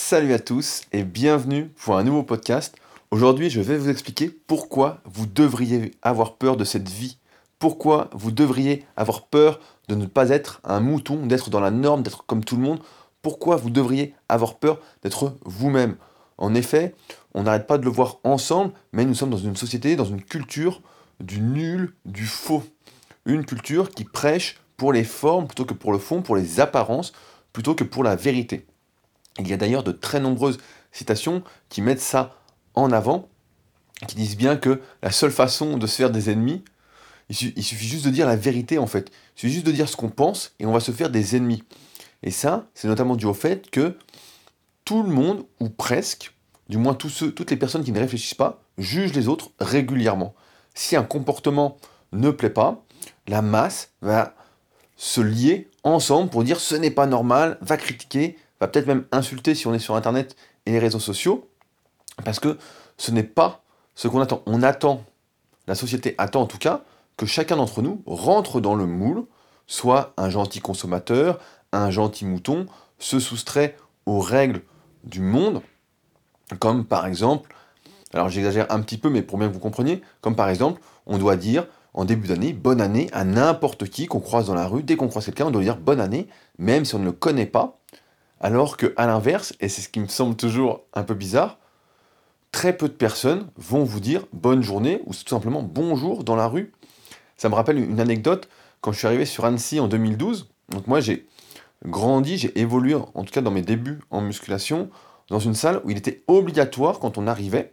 Salut à tous et bienvenue pour un nouveau podcast. Aujourd'hui, je vais vous expliquer pourquoi vous devriez avoir peur de cette vie. Pourquoi vous devriez avoir peur de ne pas être un mouton, d'être dans la norme, d'être comme tout le monde. Pourquoi vous devriez avoir peur d'être vous-même. En effet, on n'arrête pas de le voir ensemble, mais nous sommes dans une société, dans une culture du nul, du faux. Une culture qui prêche pour les formes plutôt que pour le fond, pour les apparences plutôt que pour la vérité. Il y a d'ailleurs de très nombreuses citations qui mettent ça en avant, qui disent bien que la seule façon de se faire des ennemis, il suffit juste de dire la vérité en fait. Il suffit juste de dire ce qu'on pense et on va se faire des ennemis. Et ça, c'est notamment dû au fait que tout le monde, ou presque, du moins toutes les personnes qui ne réfléchissent pas, jugent les autres régulièrement. Si un comportement ne plaît pas, la masse va se lier ensemble pour dire ce n'est pas normal, va critiquer, va peut-être même insulter si on est sur Internet et les réseaux sociaux, parce que ce n'est pas ce qu'on attend. On attend, la société attend en tout cas, que chacun d'entre nous rentre dans le moule, soit un gentil consommateur, un gentil mouton, se soustrait aux règles du monde, comme par exemple, alors j'exagère un petit peu, mais pour bien que vous compreniez, comme par exemple, on doit dire en début d'année, bonne année à n'importe qui qu'on croise dans la rue. Dès qu'on croise quelqu'un, on doit dire bonne année, même si on ne le connaît pas. Alors que à l'inverse, et c'est ce qui me semble toujours un peu bizarre, très peu de personnes vont vous dire bonne journée ou tout simplement bonjour dans la rue. Ça me rappelle une anecdote quand je suis arrivé sur Annecy en 2012. Donc moi j'ai grandi, j'ai évolué en tout cas dans mes débuts en musculation dans une salle où il était obligatoire quand on arrivait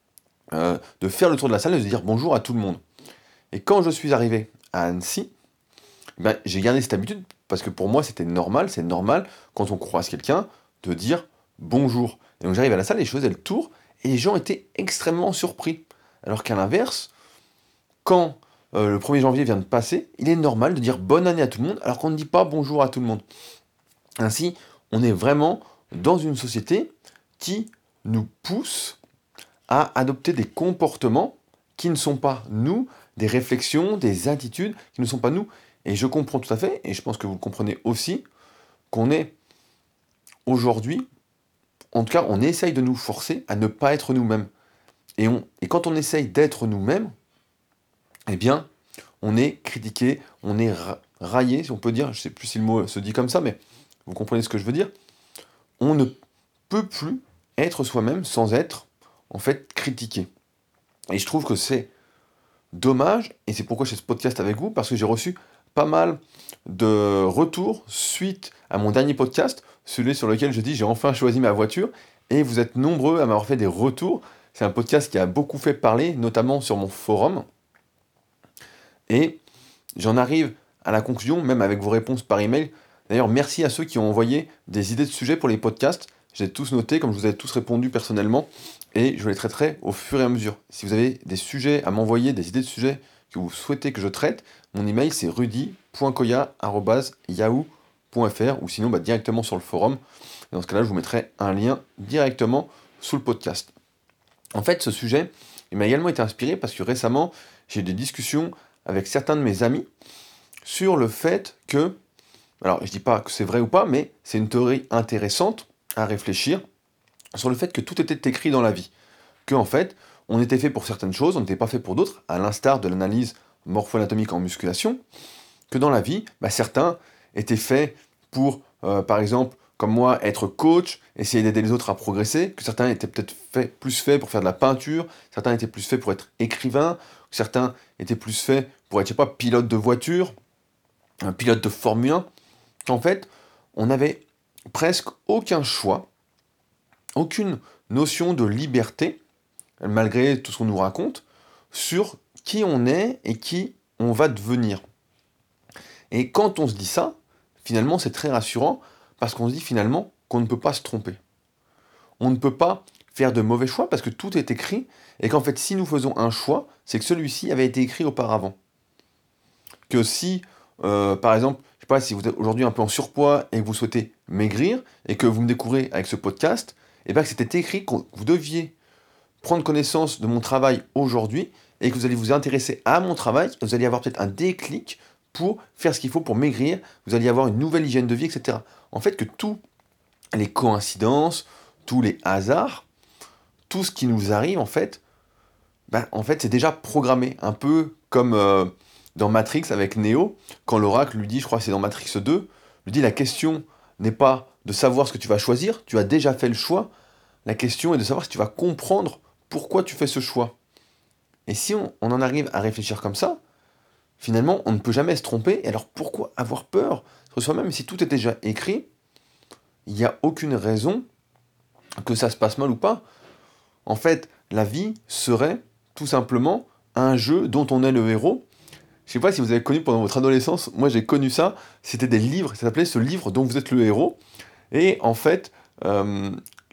de faire le tour de la salle et de dire bonjour à tout le monde. Et quand je suis arrivé à Annecy, ben, j'ai gardé cette habitude parce que pour moi c'était normal, c'est normal quand on croise quelqu'un de dire bonjour. Et donc j'arrive à la salle et je faisais le tour et les gens étaient extrêmement surpris. Alors qu'à l'inverse, quand le 1er janvier vient de passer, il est normal de dire bonne année à tout le monde alors qu'on ne dit pas bonjour à tout le monde. Ainsi, on est vraiment dans une société qui nous pousse à adopter des comportements qui ne sont pas nous, des réflexions, des attitudes qui ne sont pas nous. Et je comprends tout à fait, et je pense que vous le comprenez aussi, qu'on est aujourd'hui, en tout cas, on essaye de nous forcer à ne pas être nous-mêmes. Et quand on essaye d'être nous-mêmes, eh bien, on est critiqué, on est raillé, si on peut dire, je ne sais plus si le mot se dit comme ça, mais vous comprenez ce que je veux dire. On ne peut plus être soi-même sans être, en fait, critiqué. Et je trouve que c'est dommage, et c'est pourquoi je fais ce podcast avec vous, parce que j'ai reçu pas mal de retours suite à mon dernier podcast, celui sur lequel je dis j'ai enfin choisi ma voiture, et vous êtes nombreux à m'avoir fait des retours. C'est un podcast qui a beaucoup fait parler, notamment sur mon forum, et j'en arrive à la conclusion, même avec vos réponses par email. D'ailleurs, merci à ceux qui ont envoyé des idées de sujets pour les podcasts. J'ai tous noté, comme je vous ai tous répondu personnellement, et je les traiterai au fur et à mesure. Si vous avez des sujets à m'envoyer, des idées de sujets que vous souhaitez que je traite, mon email c'est rudy.koya@yahoo.fr ou sinon directement sur le forum. Et dans ce cas-là, je vous mettrai un lien directement sous le podcast. En fait, ce sujet, il m'a également été inspiré parce que récemment, j'ai eu des discussions avec certains de mes amis sur le fait que, alors je dis pas que c'est vrai ou pas, mais c'est une théorie intéressante à réfléchir sur le fait que tout était écrit dans la vie. Que en fait, on était fait pour certaines choses, on n'était pas fait pour d'autres, à l'instar de l'analyse morpho-anatomique en musculation, que dans la vie, certains étaient faits pour, par exemple, comme moi, être coach, essayer d'aider les autres à progresser, que certains étaient peut-être plus faits pour faire de la peinture, certains étaient plus faits pour être écrivain, certains étaient plus faits pour être, je sais pas, pilote de voiture, un pilote de Formule 1, qu'en fait, on n'avait presque aucun choix, aucune notion de liberté, malgré tout ce qu'on nous raconte, sur qui on est et qui on va devenir. Et quand on se dit ça, finalement, c'est très rassurant, parce qu'on se dit finalement qu'on ne peut pas se tromper. On ne peut pas faire de mauvais choix, parce que tout est écrit, et qu'en fait, si nous faisons un choix, c'est que celui-ci avait été écrit auparavant. Que si, par exemple, je sais pas, si vous êtes aujourd'hui un peu en surpoids et que vous souhaitez maigrir, et que vous me découvrez avec ce podcast, et bien que c'était écrit que vous deviez prendre connaissance de mon travail aujourd'hui, et que vous allez vous intéresser à mon travail, vous allez avoir peut-être un déclic pour faire ce qu'il faut pour maigrir, vous allez avoir une nouvelle hygiène de vie, etc. En fait, que toutes les coïncidences, tous les hasards, tout ce qui nous arrive, en fait, c'est déjà programmé. Un peu comme dans Matrix avec Neo, quand l'oracle lui dit, je crois que c'est dans Matrix 2, lui dit la question n'est pas de savoir ce que tu vas choisir, tu as déjà fait le choix. La question est de savoir si tu vas comprendre pourquoi tu fais ce choix. Et si on en arrive à réfléchir comme ça, finalement, on ne peut jamais se tromper. Et alors pourquoi avoir peur sur soi-même si tout est déjà écrit? Il n'y a aucune raison que ça se passe mal ou pas. En fait, la vie serait tout simplement un jeu dont on est le héros. Je sais pas si vous avez connu pendant votre adolescence, moi j'ai connu ça, c'était des livres, ça s'appelait Ce livre dont vous êtes le héros. Et en fait, euh,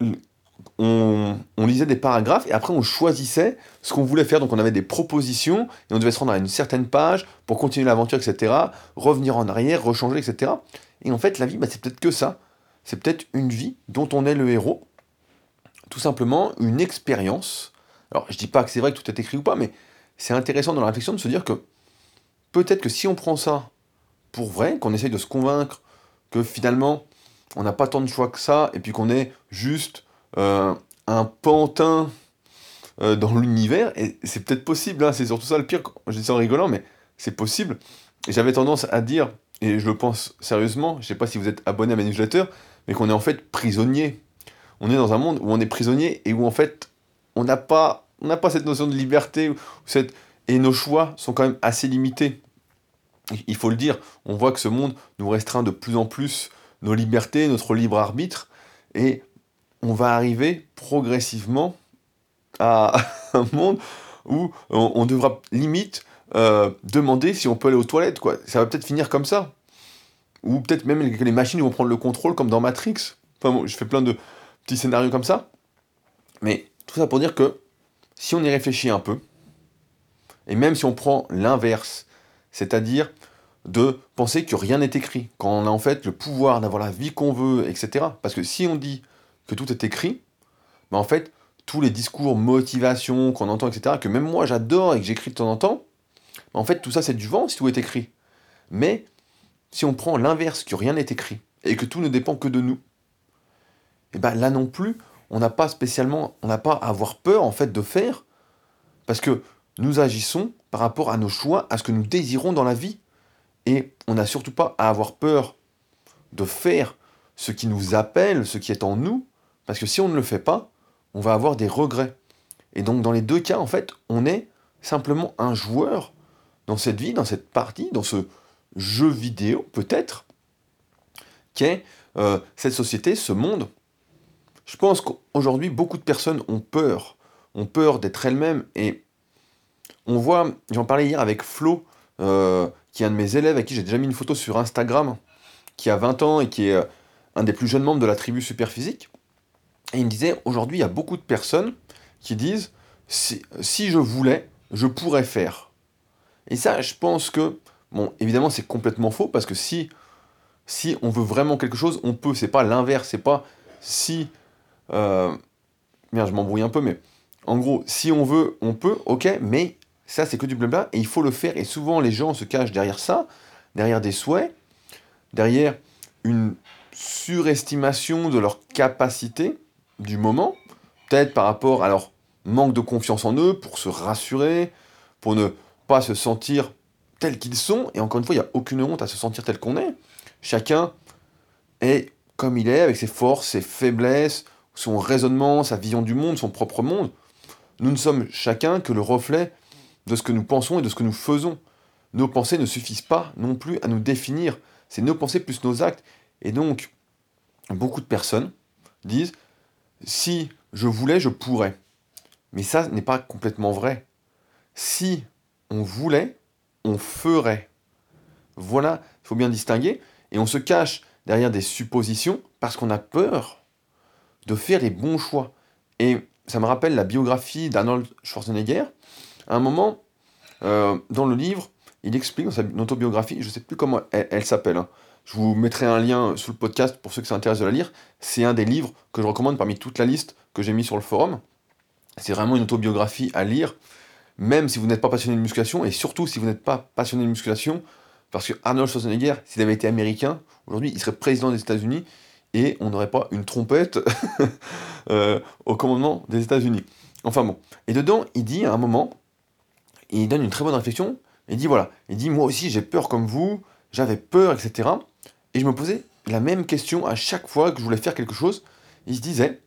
on lisait des paragraphes et après on choisissait ce qu'on voulait faire. Donc on avait des propositions et on devait se rendre à une certaine page pour continuer l'aventure, etc. Revenir en arrière, rechanger, etc. Et en fait, la vie, c'est peut-être que ça. C'est peut-être une vie dont on est le héros. Tout simplement une expérience. Alors je dis pas que c'est vrai que tout est écrit ou pas, mais c'est intéressant dans la réflexion de se dire que peut-être que si on prend ça pour vrai, qu'on essaye de se convaincre que finalement on n'a pas tant de choix que ça, et puis qu'on est juste un pantin dans l'univers, et c'est peut-être possible, hein, c'est surtout ça le pire, je dis ça en rigolant, mais c'est possible. Et j'avais tendance à dire, et je le pense sérieusement, je sais pas si vous êtes abonné à mes newsletters, mais qu'on est en fait prisonnier. On est dans un monde où on est prisonnier et où en fait on n'a pas cette notion de liberté, et nos choix sont quand même assez limités. Il faut le dire, on voit que ce monde nous restreint de plus en plus nos libertés, notre libre arbitre, et on va arriver progressivement à un monde où on devra limite demander si on peut aller aux toilettes, quoi. Ça va peut-être finir comme ça. Ou peut-être même que les machines vont prendre le contrôle comme dans Matrix. Enfin bon, je fais plein de petits scénarios comme ça. Mais tout ça pour dire que si on y réfléchit un peu, et même si on prend l'inverse, c'est-à-dire de penser que rien n'est écrit, quand on a en fait le pouvoir d'avoir la vie qu'on veut, etc. Parce que si on dit que tout est écrit, en fait, tous les discours motivation qu'on entend, etc., que même moi j'adore et que j'écris de temps en temps, en fait tout ça c'est du vent si tout est écrit. Mais si on prend l'inverse, que rien n'est écrit, et que tout ne dépend que de nous, et ben là non plus, on n'a pas à avoir peur en fait de faire, parce que nous agissons par rapport à nos choix, à ce que nous désirons dans la vie. Et on n'a surtout pas à avoir peur de faire ce qui nous appelle, ce qui est en nous, parce que si on ne le fait pas, on va avoir des regrets. Et donc dans les deux cas, en fait, on est simplement un joueur dans cette vie, dans cette partie, dans ce jeu vidéo, peut-être, qu'est cette société, ce monde. Je pense qu'aujourd'hui, beaucoup de personnes ont peur d'être elles-mêmes, et on voit, j'en parlais hier avec Flo, qui est un de mes élèves, à qui j'ai déjà mis une photo sur Instagram, qui a 20 ans et qui est un des plus jeunes membres de la tribu Superphysique. Et il me disait, aujourd'hui, il y a beaucoup de personnes qui disent, si je voulais, je pourrais faire. Et ça, je pense que, bon, évidemment, c'est complètement faux, parce que si on veut vraiment quelque chose, on peut. C'est pas l'inverse, c'est pas si... euh, merde, je m'embrouille un peu, mais en gros, si on veut, on peut, ok, mais ça, c'est que du blabla, et il faut le faire. Et souvent, les gens se cachent derrière ça, derrière des souhaits, derrière une surestimation de leur capacité du moment, peut-être par rapport à leur manque de confiance en eux, pour se rassurer, pour ne pas se sentir tels qu'ils sont. Et encore une fois, il n'y a aucune honte à se sentir tel qu'on est. Chacun est comme il est, avec ses forces, ses faiblesses, son raisonnement, sa vision du monde, son propre monde. Nous ne sommes chacun que le reflet de ce que nous pensons et de ce que nous faisons. Nos pensées ne suffisent pas non plus à nous définir. C'est nos pensées plus nos actes. Et donc, beaucoup de personnes disent, si je voulais, je pourrais. Mais ça n'est pas complètement vrai. Si on voulait, on ferait. Voilà, il faut bien distinguer. Et on se cache derrière des suppositions parce qu'on a peur de faire les bons choix. Et ça me rappelle la biographie d'Arnold Schwarzenegger. À un moment, dans le livre, il explique dans sa autobiographie, je ne sais plus comment elle s'appelle, hein. Je vous mettrai un lien sous le podcast pour ceux qui s'intéressent de la lire. C'est un des livres que je recommande parmi toute la liste que j'ai mis sur le forum. C'est vraiment une autobiographie à lire, même si vous n'êtes pas passionné de musculation, et surtout si vous n'êtes pas passionné de musculation, parce que Arnold Schwarzenegger, s'il avait été américain, aujourd'hui, il serait président des États-Unis, et on n'aurait pas une trompette au commandement des États-Unis. Enfin bon. Et dedans, il dit à un moment, il donne une très bonne réflexion, il dit voilà, il dit moi aussi j'ai peur comme vous, j'avais peur, etc. Et je me posais la même question à chaque fois que je voulais faire quelque chose. Il se disait,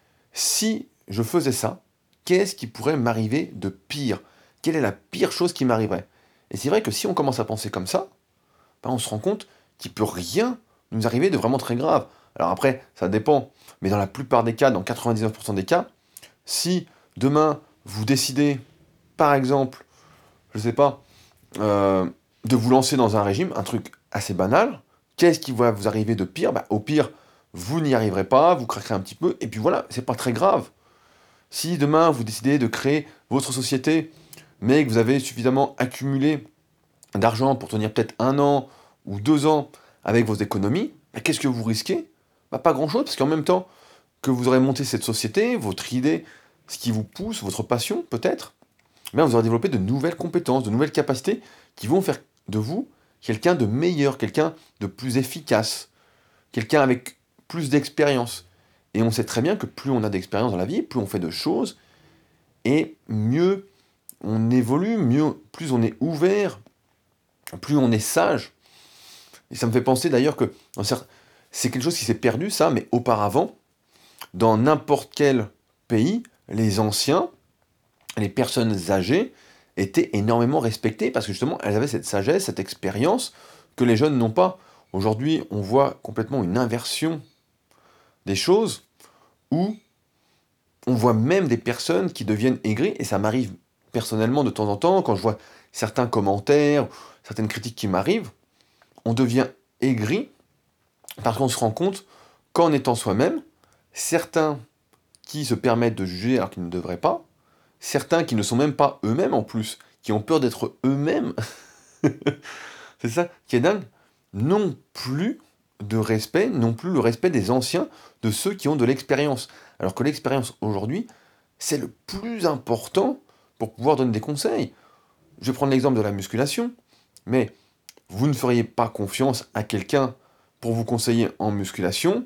si je faisais ça, qu'est-ce qui pourrait m'arriver de pire? Quelle est la pire chose qui m'arriverait? Et c'est vrai que si on commence à penser comme ça, ben on se rend compte qu'il peut rien nous arriver de vraiment très grave. Alors après, ça dépend, mais dans la plupart des cas, dans 99% des cas, si demain vous décidez, par exemple, je sais pas, euh, de vous lancer dans un régime, un truc assez banal, qu'est-ce qui va vous arriver de pire? Bah, au pire, vous n'y arriverez pas, vous craquerez un petit peu, et puis voilà, c'est pas très grave. Si demain vous décidez de créer votre société, mais que vous avez suffisamment accumulé d'argent pour tenir peut-être 1 an ou 2 ans avec vos économies, bah, qu'est-ce que vous risquez? Bah, pas grand-chose, parce qu'en même temps que vous aurez monté cette société, votre idée, ce qui vous pousse, votre passion peut-être, eh bien, vous aurez développé de nouvelles compétences, de nouvelles capacités qui vont faire de vous quelqu'un de meilleur, quelqu'un de plus efficace, quelqu'un avec plus d'expérience. Et on sait très bien que plus on a d'expérience dans la vie, plus on fait de choses, et mieux on évolue, mieux, plus on est ouvert, plus on est sage. Et ça me fait penser d'ailleurs que c'est quelque chose qui s'est perdu, ça, mais auparavant, dans n'importe quel pays, les anciens, les personnes âgées, étaient énormément respectées parce que justement, elles avaient cette sagesse, cette expérience que les jeunes n'ont pas. Aujourd'hui, on voit complètement une inversion des choses où on voit même des personnes qui deviennent aigries, et ça m'arrive personnellement de temps en temps, quand je vois certains commentaires, certaines critiques qui m'arrivent, on devient aigri parce qu'on se rend compte qu'en étant soi-même, certains qui se permettent de juger alors qu'ils ne devraient pas, certains qui ne sont même pas eux-mêmes en plus, qui ont peur d'être eux-mêmes, c'est ça qui est dingue, non plus de respect, non plus le respect des anciens, de ceux qui ont de l'expérience. Alors que l'expérience aujourd'hui, c'est le plus important pour pouvoir donner des conseils. Je vais prendre l'exemple de la musculation, mais vous ne feriez pas confiance à quelqu'un pour vous conseiller en musculation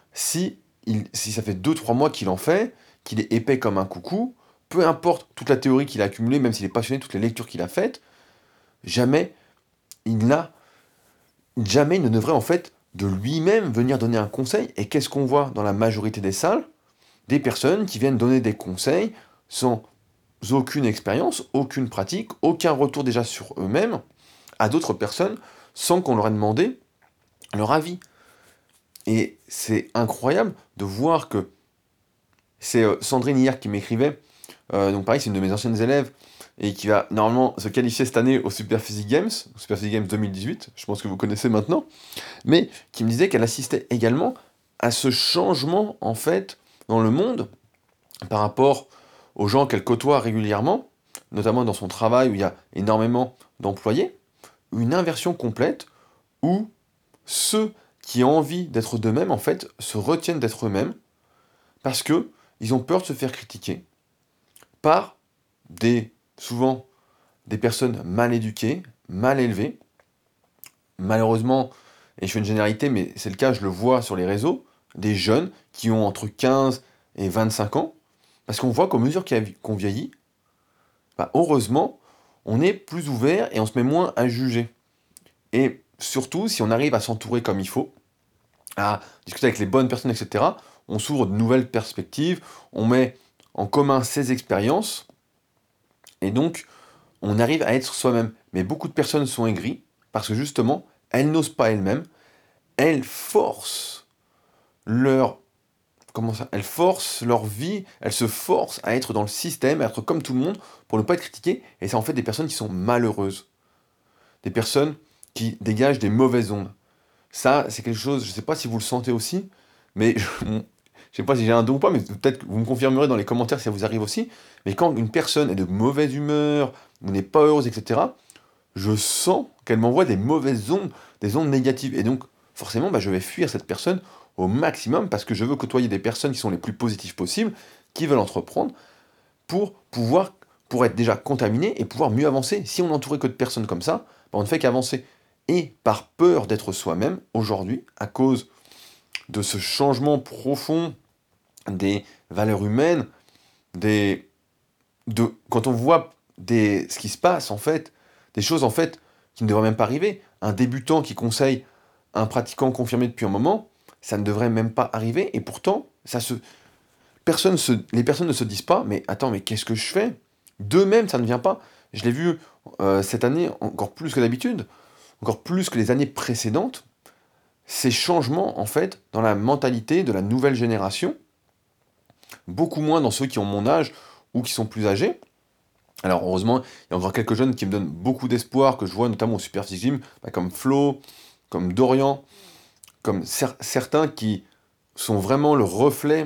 si ça fait 2 3 mois qu'il en fait, qu'il est épais comme un coucou, peu importe toute la théorie qu'il a accumulée, même s'il est passionné, toutes les lectures qu'il a faites, jamais il n'a jamais il ne devrait en fait de lui-même venir donner un conseil. Et qu'est-ce qu'on voit dans la majorité des salles? Des personnes qui viennent donner des conseils sans aucune expérience, aucune pratique, aucun retour déjà sur eux-mêmes à d'autres personnes sans qu'on leur ait demandé leur avis. Et c'est incroyable de voir que c'est Sandrine hier qui m'écrivait, donc pareil, c'est une de mes anciennes élèves, et qui va normalement se qualifier cette année au Super Physique Games, Super Physique Games 2018, je pense que vous connaissez maintenant, mais qui me disait qu'elle assistait également à ce changement, en fait, dans le monde, par rapport aux gens qu'elle côtoie régulièrement, notamment dans son travail où il y a énormément d'employés, une inversion complète où ceux qui ont envie d'être d'eux-mêmes, en fait, se retiennent d'être eux-mêmes parce que ils ont peur de se faire critiquer par souvent des personnes mal éduquées, mal élevées. Malheureusement, et je fais une généralité, mais c'est le cas, je le vois sur les réseaux, des jeunes qui ont entre 15 et 25 ans, parce qu'on voit qu'au mesure qu'on vieillit, bah, heureusement, on est plus ouvert et on se met moins à juger. Et surtout, si on arrive à s'entourer comme il faut, à discuter avec les bonnes personnes, etc., on s'ouvre de nouvelles perspectives, on met en commun ses expériences, et donc on arrive à être soi-même. Mais beaucoup de personnes sont aigries, parce que justement, elles n'osent pas elles-mêmes, elles forcent leur... Comment ça? Elles forcent leur vie, elles se forcent à être dans le système, à être comme tout le monde, pour ne pas être critiquées, et c'est en fait des personnes qui sont malheureuses. Des personnes qui dégagent des mauvaises ondes. Ça, c'est quelque chose, je ne sais pas si vous le sentez aussi, mais je ne sais pas si j'ai un don ou pas, mais peut-être que vous me confirmerez dans les commentaires si ça vous arrive aussi. Mais quand une personne est de mauvaise humeur, ou n'est pas heureuse, etc., je sens qu'elle m'envoie des mauvaises ondes, des ondes négatives. Et donc, forcément, bah, je vais fuir cette personne au maximum parce que je veux côtoyer des personnes qui sont les plus positives possibles, qui veulent entreprendre, pour être déjà contaminé et pouvoir mieux avancer. Si on n'entourait que de personnes comme ça, bah, on ne fait qu'avancer. Et par peur d'être soi-même, aujourd'hui, à cause de ce changement profond des valeurs humaines, quand on voit ce qui se passe en fait, des choses en fait qui ne devraient même pas arriver. Un débutant qui conseille un pratiquant confirmé depuis un moment, ça ne devrait même pas arriver, et pourtant, les personnes ne se disent pas, mais attends, mais qu'est-ce que je fais? D'eux-mêmes, ça ne vient pas. Je l'ai vu cette année encore plus que d'habitude, encore plus que les années précédentes, ces changements, en fait, dans la mentalité de la nouvelle génération, beaucoup moins dans ceux qui ont mon âge ou qui sont plus âgés. Alors heureusement, il y a encore quelques jeunes qui me donnent beaucoup d'espoir, que je vois notamment au Super Physique Gym, comme Flo, comme Dorian, comme certains qui sont vraiment le reflet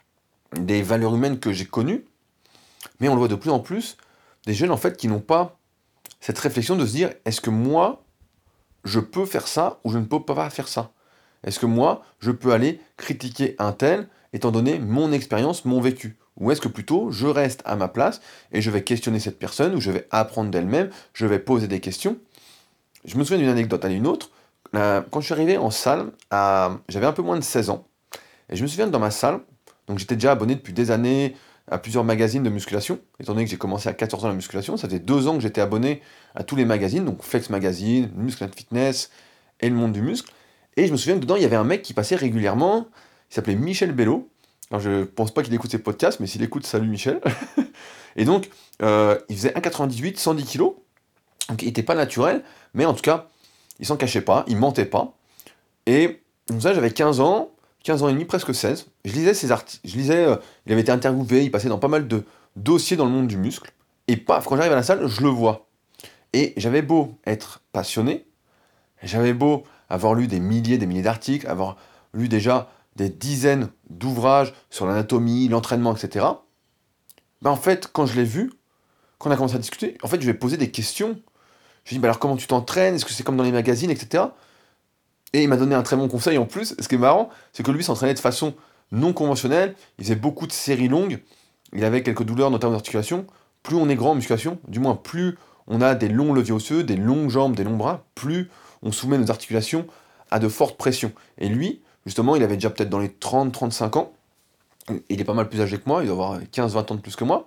des valeurs humaines que j'ai connues, mais on le voit de plus en plus, des jeunes en fait qui n'ont pas cette réflexion de se dire, est-ce que moi, je peux faire ça ou je ne peux pas faire ça? Est-ce que moi, je peux aller critiquer un tel, étant donné mon expérience, mon vécu? Ou est-ce que plutôt, je reste à ma place et je vais questionner cette personne, ou je vais apprendre d'elle-même, je vais poser des questions? Je me souviens d'une anecdote, allez, une autre. Quand je suis arrivé en salle, j'avais un peu moins de 16 ans, et je me souviens que dans ma salle, donc j'étais déjà abonné depuis des années à plusieurs magazines de musculation, étant donné que j'ai commencé à 14 ans la musculation, ça faisait 2 ans que j'étais abonné à tous les magazines, donc Flex Magazine, Muscle and Fitness et Le Monde du Muscle, et je me souviens que dedans il y avait un mec qui passait régulièrement, il s'appelait Michel Bello. Alors je pense pas qu'il écoute ses podcasts, mais s'il écoute, salut Michel. Et donc, il faisait 1,98, 110 kilos, donc il était pas naturel, mais en tout cas, il s'en cachait pas, il mentait pas. Et donc ça, j'avais 15 ans et demi, presque 16. Je lisais ses articles, il avait été interviewé, il passait dans pas mal de dossiers dans le monde du muscle. Et paf, quand j'arrive à la salle, je le vois. Et j'avais beau être passionné, j'avais beau avoir lu des milliers d'articles, avoir lu déjà des dizaines d'ouvrages sur l'anatomie, l'entraînement, etc. Ben en fait, quand je l'ai vu, quand on a commencé à discuter, en fait, je lui ai posé des questions. Je lui ai dit, bah alors comment tu t'entraînes? Est-ce que c'est comme dans les magazines, etc. Et il m'a donné un très bon conseil en plus. Ce qui est marrant, c'est que lui s'entraînait de façon non conventionnelle. Il faisait beaucoup de séries longues. Il avait quelques douleurs, notamment d'articulation. Plus on est grand en musculation, du moins plus on a des longs leviers osseux, des longues jambes, des longs bras, plus on soumet nos articulations à de fortes pressions. Et lui, justement, il avait déjà peut-être dans les 30-35 ans. Il est pas mal plus âgé que moi, il doit avoir 15-20 ans de plus que moi.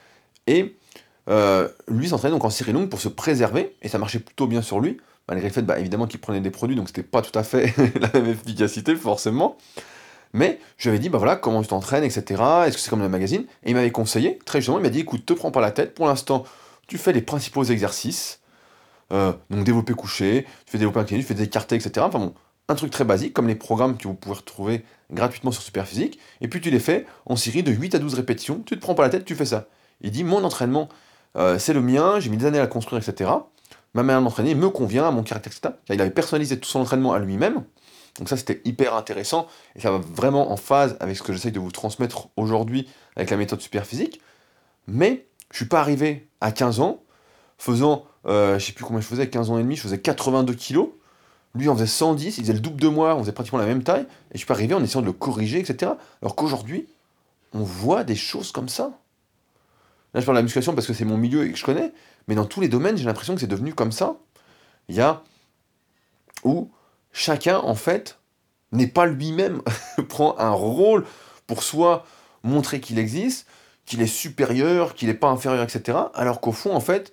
Et lui s'entraînait donc en série longue pour se préserver, et ça marchait plutôt bien sur lui, malgré le fait évidemment qu'il prenait des produits, donc c'était pas tout à fait la même efficacité forcément. Mais je lui avais dit, bah voilà, comment tu t'entraînes, etc. Est-ce que c'est comme dans le magazine? Et il m'avait conseillé, très justement, il m'a dit, écoute, te prends pas la tête, pour l'instant, tu fais les principaux exercices, donc développé couché, tu fais développé incliné, tu fais des écartés, etc. Enfin bon, un truc très basique, comme les programmes que vous pouvez retrouver gratuitement sur Superphysique, et puis tu les fais en série de 8 à 12 répétitions, tu te prends pas la tête, tu fais ça. Il dit, mon entraînement, c'est le mien, j'ai mis des années à le construire, etc. Ma manière d'entraîner me convient à mon caractère, etc. Il avait personnalisé tout son entraînement à lui-même, donc ça c'était hyper intéressant, et ça va vraiment en phase avec ce que j'essaye de vous transmettre aujourd'hui avec la méthode Superphysique. Mais je suis pas arrivé à 15 ans, faisant, je sais plus combien je faisais, 15 ans et demi, je faisais 82 kilos, lui en faisait 110, il faisait le double de moi, on faisait pratiquement la même taille, et je suis pas arrivé en essayant de le corriger, etc. Alors qu'aujourd'hui, on voit des choses comme ça. Là, je parle de la musculation parce que c'est mon milieu et que je connais, mais dans tous les domaines, j'ai l'impression que c'est devenu comme ça. Il y a où chacun, en fait, n'est pas lui-même, prend un rôle pour soit montrer qu'il existe, qu'il est supérieur, qu'il n'est pas inférieur, etc. Alors qu'au fond, en fait,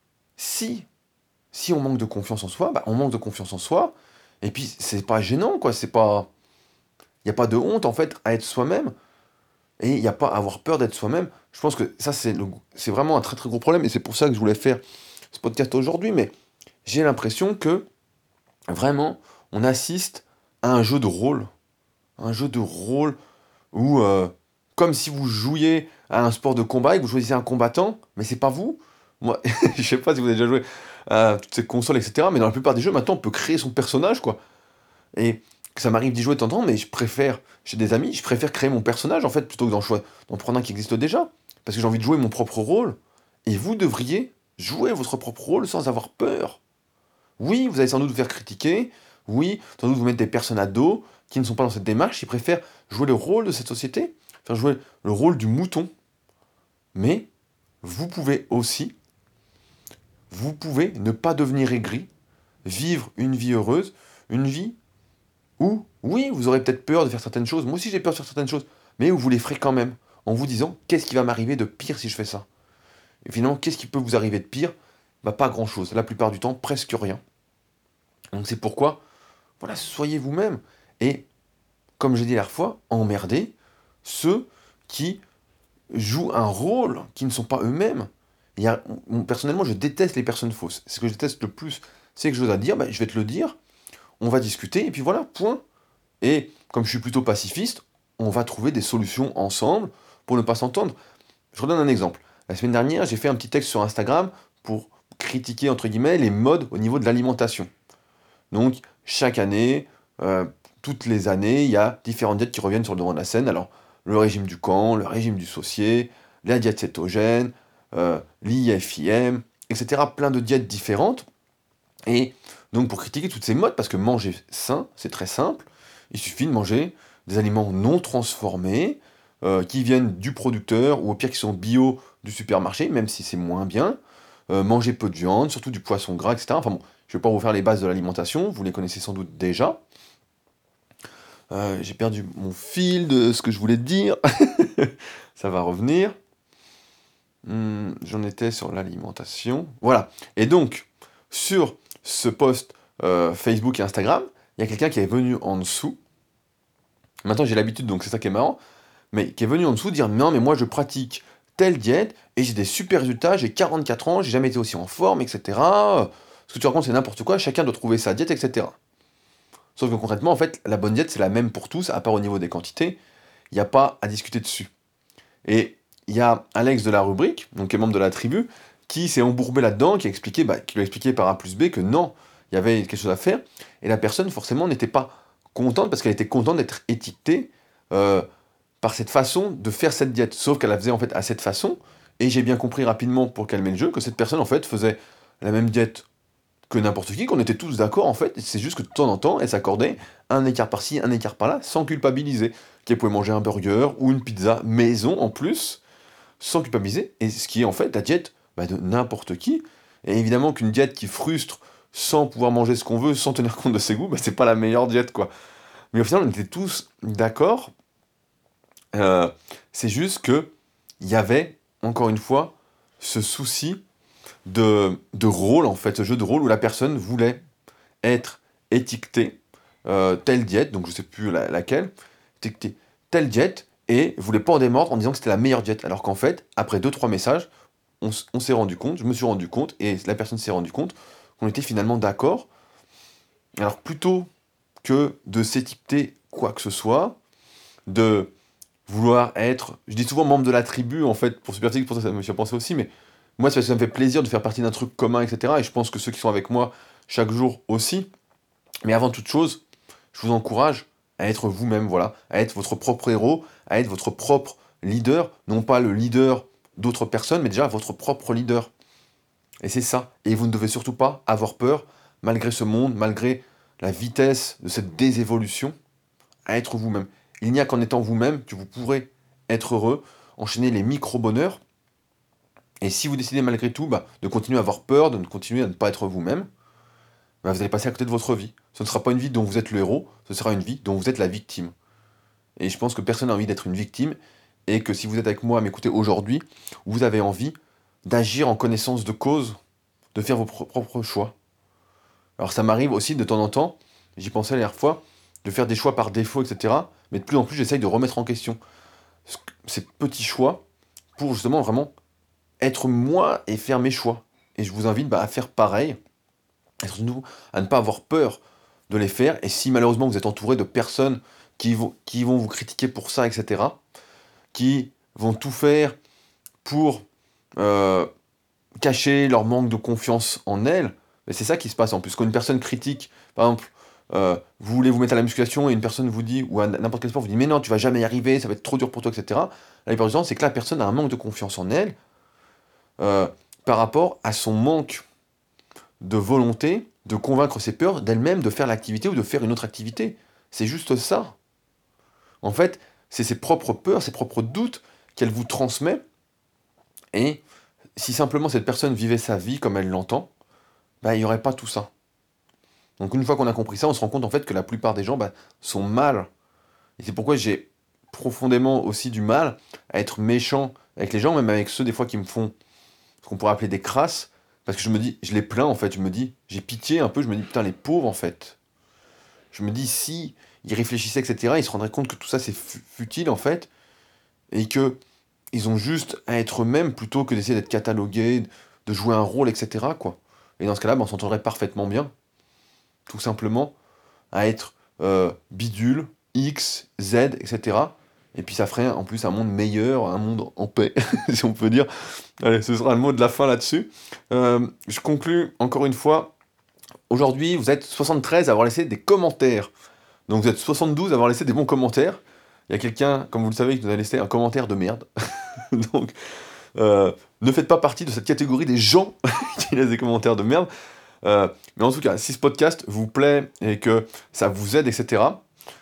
si, si on manque de confiance en soi, bah, on manque de confiance en soi, et puis c'est pas gênant, quoi, c'est pas... Il n'y a pas de honte, en fait, à être soi-même. Et il n'y a pas à avoir peur d'être soi-même. Je pense que ça, c'est vraiment un très très gros problème. Et c'est pour ça que je voulais faire ce podcast aujourd'hui. Mais j'ai l'impression que vraiment, on assiste à un jeu de rôle. Un jeu de rôle où, comme si vous jouiez à un sport de combat et que vous choisissez un combattant, mais c'est pas vous. Moi, je sais pas si vous avez déjà joué à toutes ces consoles, etc. Mais dans la plupart des jeux, maintenant, on peut créer son personnage, quoi. Et que ça m'arrive d'y jouer de temps en temps, mais je préfère, chez des amis, je préfère créer mon personnage en fait, plutôt que d'en prendre un qui existe déjà. Parce que j'ai envie de jouer mon propre rôle. Et vous devriez jouer votre propre rôle sans avoir peur. Oui, vous allez sans doute vous faire critiquer. Oui, sans doute vous mettre des personnes à dos qui ne sont pas dans cette démarche, qui préfèrent jouer le rôle de cette société, faire jouer le rôle du mouton. Mais vous pouvez aussi, vous pouvez ne pas devenir aigri, vivre une vie heureuse, une vie Ou, oui, vous aurez peut-être peur de faire certaines choses, moi aussi j'ai peur de faire certaines choses, mais vous les ferez quand même, en vous disant, qu'est-ce qui va m'arriver de pire si je fais ça? Et finalement, qu'est-ce qui peut vous arriver de pire? Bah pas grand-chose, la plupart du temps, presque rien. Donc c'est pourquoi, voilà, soyez vous-même. Et, comme j'ai dit la dernière fois, emmerdez ceux qui jouent un rôle qui ne sont pas eux-mêmes. Personnellement, je déteste les personnes fausses. Ce que je déteste le plus, c'est que je chose à dire, bah, je vais te le dire, on va discuter, et puis voilà, point. Et comme je suis plutôt pacifiste, on va trouver des solutions ensemble pour ne pas s'entendre. Je redonne un exemple. La semaine dernière, j'ai fait un petit texte sur Instagram pour critiquer, entre guillemets, les modes au niveau de l'alimentation. Donc, chaque année, toutes les années, il y a différentes diètes qui reviennent sur le devant de la scène. Alors, le régime du camp, le régime du saucier, la diète cétogène, l'IFIM, etc. Plein de diètes différentes. Et donc, pour critiquer toutes ces modes, parce que manger sain, c'est très simple, il suffit de manger des aliments non transformés, qui viennent du producteur, ou au pire qui sont bio du supermarché, même si c'est moins bien. Manger peu de viande, surtout du poisson gras, etc. Enfin bon, je ne vais pas vous faire les bases de l'alimentation, vous les connaissez sans doute déjà. J'ai perdu mon fil de ce que je voulais te dire. Ça va revenir. J'en étais sur l'alimentation. Voilà. Et donc, sur ce post Facebook et Instagram, il y a quelqu'un qui est venu en dessous. Maintenant, j'ai l'habitude, donc c'est ça qui est marrant. Mais qui est venu en dessous dire non, mais moi je pratique telle diète et j'ai des super résultats, j'ai 44 ans, j'ai jamais été aussi en forme, etc. Ce que tu racontes, c'est n'importe quoi, chacun doit trouver sa diète, etc. Sauf que concrètement, en fait, la bonne diète, c'est la même pour tous, à part au niveau des quantités. Il n'y a pas à discuter dessus. Et il y a Alex de la rubrique, donc qui est membre de la tribu, qui s'est embourbé là-dedans, qui a expliqué, qui lui a expliqué par A plus B que non, il y avait quelque chose à faire. Et la personne, forcément, n'était pas contente parce qu'elle était contente d'être étiquetée par cette façon de faire cette diète. Sauf qu'elle la faisait en fait à cette façon. Et j'ai bien compris rapidement, pour calmer le jeu, que cette personne, en fait, faisait la même diète que n'importe qui, qu'on était tous d'accord en fait, c'est juste que de temps en temps, elle s'accordait un écart par-ci, un écart par-là, sans culpabiliser. Qu'elle pouvait manger un burger ou une pizza maison en plus, sans culpabiliser, et ce qui est en fait la diète de n'importe qui. Et évidemment qu'une diète qui frustre sans pouvoir manger ce qu'on veut, sans tenir compte de ses goûts, c'est pas la meilleure diète quoi. Mais au final, on était tous d'accord. Euh, c'est juste que il y avait, encore une fois, ce souci de rôle, en fait, ce jeu de rôle où la personne voulait être étiquetée telle diète, donc je sais plus laquelle, étiquetée telle diète, et voulait pas en démordre en disant que c'était la meilleure diète. Alors qu'en fait, après deux trois messages, on s'est rendu compte, je me suis rendu compte, et la personne s'est rendu compte, qu'on était finalement d'accord. Alors plutôt que de s'étiqueter quoi que ce soit, de vouloir être, je dis souvent membre de la tribu, en fait, pour Superphysique, pour ça me fait penser aussi, mais moi, c'est parce que ça me fait plaisir de faire partie d'un truc commun, etc. Et je pense que ceux qui sont avec moi chaque jour aussi. Mais avant toute chose, je vous encourage à être vous-même, voilà, à être votre propre héros, à être votre propre leader, non pas le leader d'autres personnes, mais déjà votre propre leader. Et c'est ça. Et vous ne devez surtout pas avoir peur, malgré ce monde, malgré la vitesse de cette désévolution, à être vous-même. Il n'y a qu'en étant vous-même que vous pourrez être heureux, enchaîner les micro-bonheurs. Et si vous décidez malgré tout de continuer à avoir peur, de continuer à ne pas être vous-même, vous allez passer à côté de votre vie. Ce ne sera pas une vie dont vous êtes le héros, ce sera une vie dont vous êtes la victime. Et je pense que personne n'a envie d'être une victime, et que si vous êtes avec moi à m'écouter aujourd'hui, vous avez envie d'agir en connaissance de cause, de faire vos propres choix. Alors ça m'arrive aussi de temps en temps, j'y pensais la dernière fois, de faire des choix par défaut, etc. Mais de plus en plus, j'essaye de remettre en question ces petits choix pour justement vraiment être moi et faire mes choix. Et je vous invite à faire pareil, et surtout à ne pas avoir peur de les faire. Et si malheureusement vous êtes entouré de personnes qui vont vous critiquer pour ça, etc., qui vont tout faire pour euh, cacher leur manque de confiance en elles, mais c'est ça qui se passe en plus. Quand une personne critique, par exemple, vous voulez vous mettre à la musculation et une personne vous dit, ou à n'importe quel sport, vous dit mais non, tu vas jamais y arriver, ça va être trop dur pour toi, etc. La plupart du temps, c'est que la personne a un manque de confiance en elle euh, par rapport à son manque de volonté de convaincre ses peurs d'elle-même de faire l'activité ou de faire une autre activité. C'est juste ça. En fait, c'est ses propres peurs, ses propres doutes qu'elle vous transmet. Et si simplement cette personne vivait sa vie comme elle l'entend, il n'y aurait pas tout ça. Donc une fois qu'on a compris ça, on se rend compte en fait que la plupart des gens sont mal. Et c'est pourquoi j'ai profondément aussi du mal à être méchant avec les gens, même avec ceux des fois qui me font ce qu'on pourrait appeler des crasses, parce que je me dis, je les plains en fait, je me dis, j'ai pitié un peu, je me dis, putain, les pauvres en fait. Je me dis, si ils réfléchissaient, etc., ils se rendraient compte que tout ça c'est futile en fait, et que ils ont juste à être eux-mêmes plutôt que d'essayer d'être catalogués, de jouer un rôle, etc., quoi. Et dans ce cas-là, on s'entendrait parfaitement bien, tout simplement, à être bidule, X, Z, etc. Et puis ça ferait en plus un monde meilleur, un monde en paix, si on peut dire. Allez, ce sera le mot de la fin là-dessus. Je conclus encore une fois. Aujourd'hui, vous êtes 73 à avoir laissé des commentaires. Donc vous êtes 72 à avoir laissé des bons commentaires. Il y a quelqu'un, comme vous le savez, qui nous a laissé un commentaire de merde. Donc, ne faites pas partie de cette catégorie des gens qui laissent des commentaires de merde. Mais en tout cas, si ce podcast vous plaît et que ça vous aide, etc.,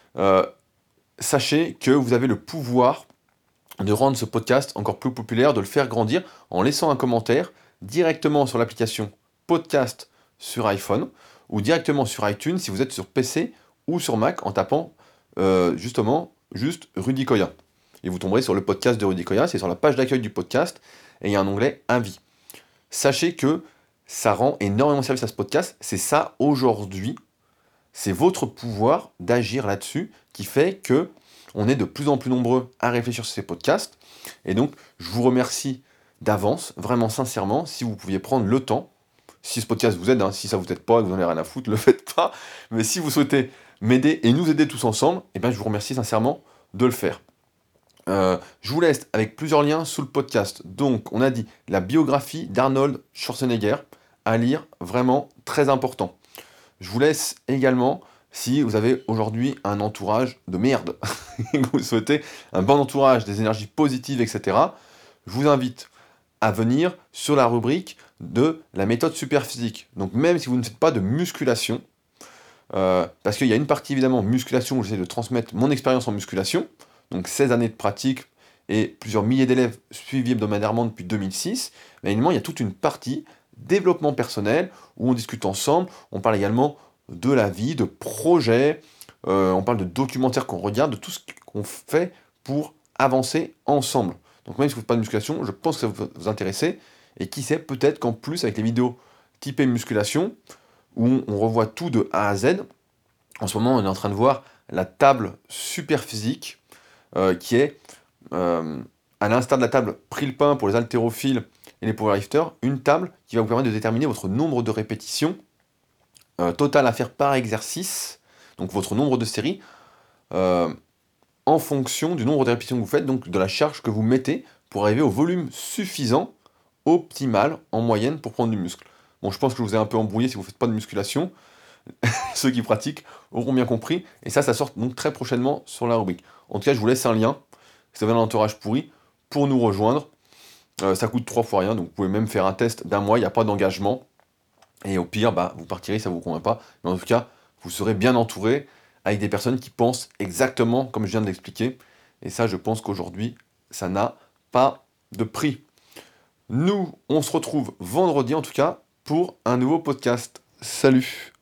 sachez que vous avez le pouvoir de rendre ce podcast encore plus populaire, de le faire grandir en laissant un commentaire directement sur l'application podcast sur iPhone ou directement sur iTunes si vous êtes sur PC ou sur Mac en tapant justement juste Rudy Koya. Et vous tomberez sur le podcast de Rudy Koya, c'est sur la page d'accueil du podcast et il y a un onglet Avis. Sachez que ça rend énormément service à ce podcast, c'est ça aujourd'hui, c'est votre pouvoir d'agir là-dessus qui fait que on est de plus en plus nombreux à réfléchir sur ces podcasts. Et donc, je vous remercie d'avance, vraiment sincèrement, si vous pouviez prendre le temps, si ce podcast vous aide, hein, si ça vous aide pas, que vous n'en avez rien à foutre, le faites pas. Mais si vous souhaitez m'aider et nous aider tous ensemble, eh ben, je vous remercie sincèrement de le faire. Je vous laisse avec plusieurs liens sous le podcast. Donc, on a dit la biographie d'Arnold Schwarzenegger à lire, vraiment très important. Je vous laisse également, si vous avez aujourd'hui un entourage de merde, et que vous souhaitez un bon entourage, des énergies positives, etc., je vous invite à venir sur la rubrique de la méthode Superphysique. Donc même si vous ne faites pas de musculation, parce qu'il y a une partie évidemment musculation où j'essaie de transmettre mon expérience en musculation, donc 16 années de pratique et plusieurs milliers d'élèves suivis hebdomadairement depuis 2006, mais évidemment il y a toute une partie développement personnel, où on discute ensemble, on parle également de la vie, de projets, on parle de documentaires qu'on regarde, de tout ce qu'on fait pour avancer ensemble. Donc même si vous ne faites pas de musculation, je pense que ça va vous intéresser, et qui sait, peut-être qu'en plus avec les vidéos typées musculation, où on revoit tout de A à Z, en ce moment on est en train de voir la table super physique, qui est, à l'instar de la table prix le pain pour les haltérophiles, et les powerlifters, une table qui va vous permettre de déterminer votre nombre de répétitions total à faire par exercice, donc votre nombre de séries, en fonction du nombre de répétitions que vous faites, donc de la charge que vous mettez pour arriver au volume suffisant, optimal, en moyenne, pour prendre du muscle. Bon, je pense que je vous ai un peu embrouillé si vous ne faites pas de musculation. Ceux qui pratiquent auront bien compris, et ça sort donc très prochainement sur la rubrique. En tout cas, je vous laisse un lien, si vous avez un entourage pourri, pour nous rejoindre. Ça coûte 3 fois rien, donc vous pouvez même faire un test d'1 mois, il n'y a pas d'engagement. Et au pire, vous partirez, ça ne vous convient pas. Mais en tout cas, vous serez bien entouré avec des personnes qui pensent exactement comme je viens de l'expliquer. Et ça, je pense qu'aujourd'hui, ça n'a pas de prix. Nous, on se retrouve vendredi en tout cas pour un nouveau podcast. Salut!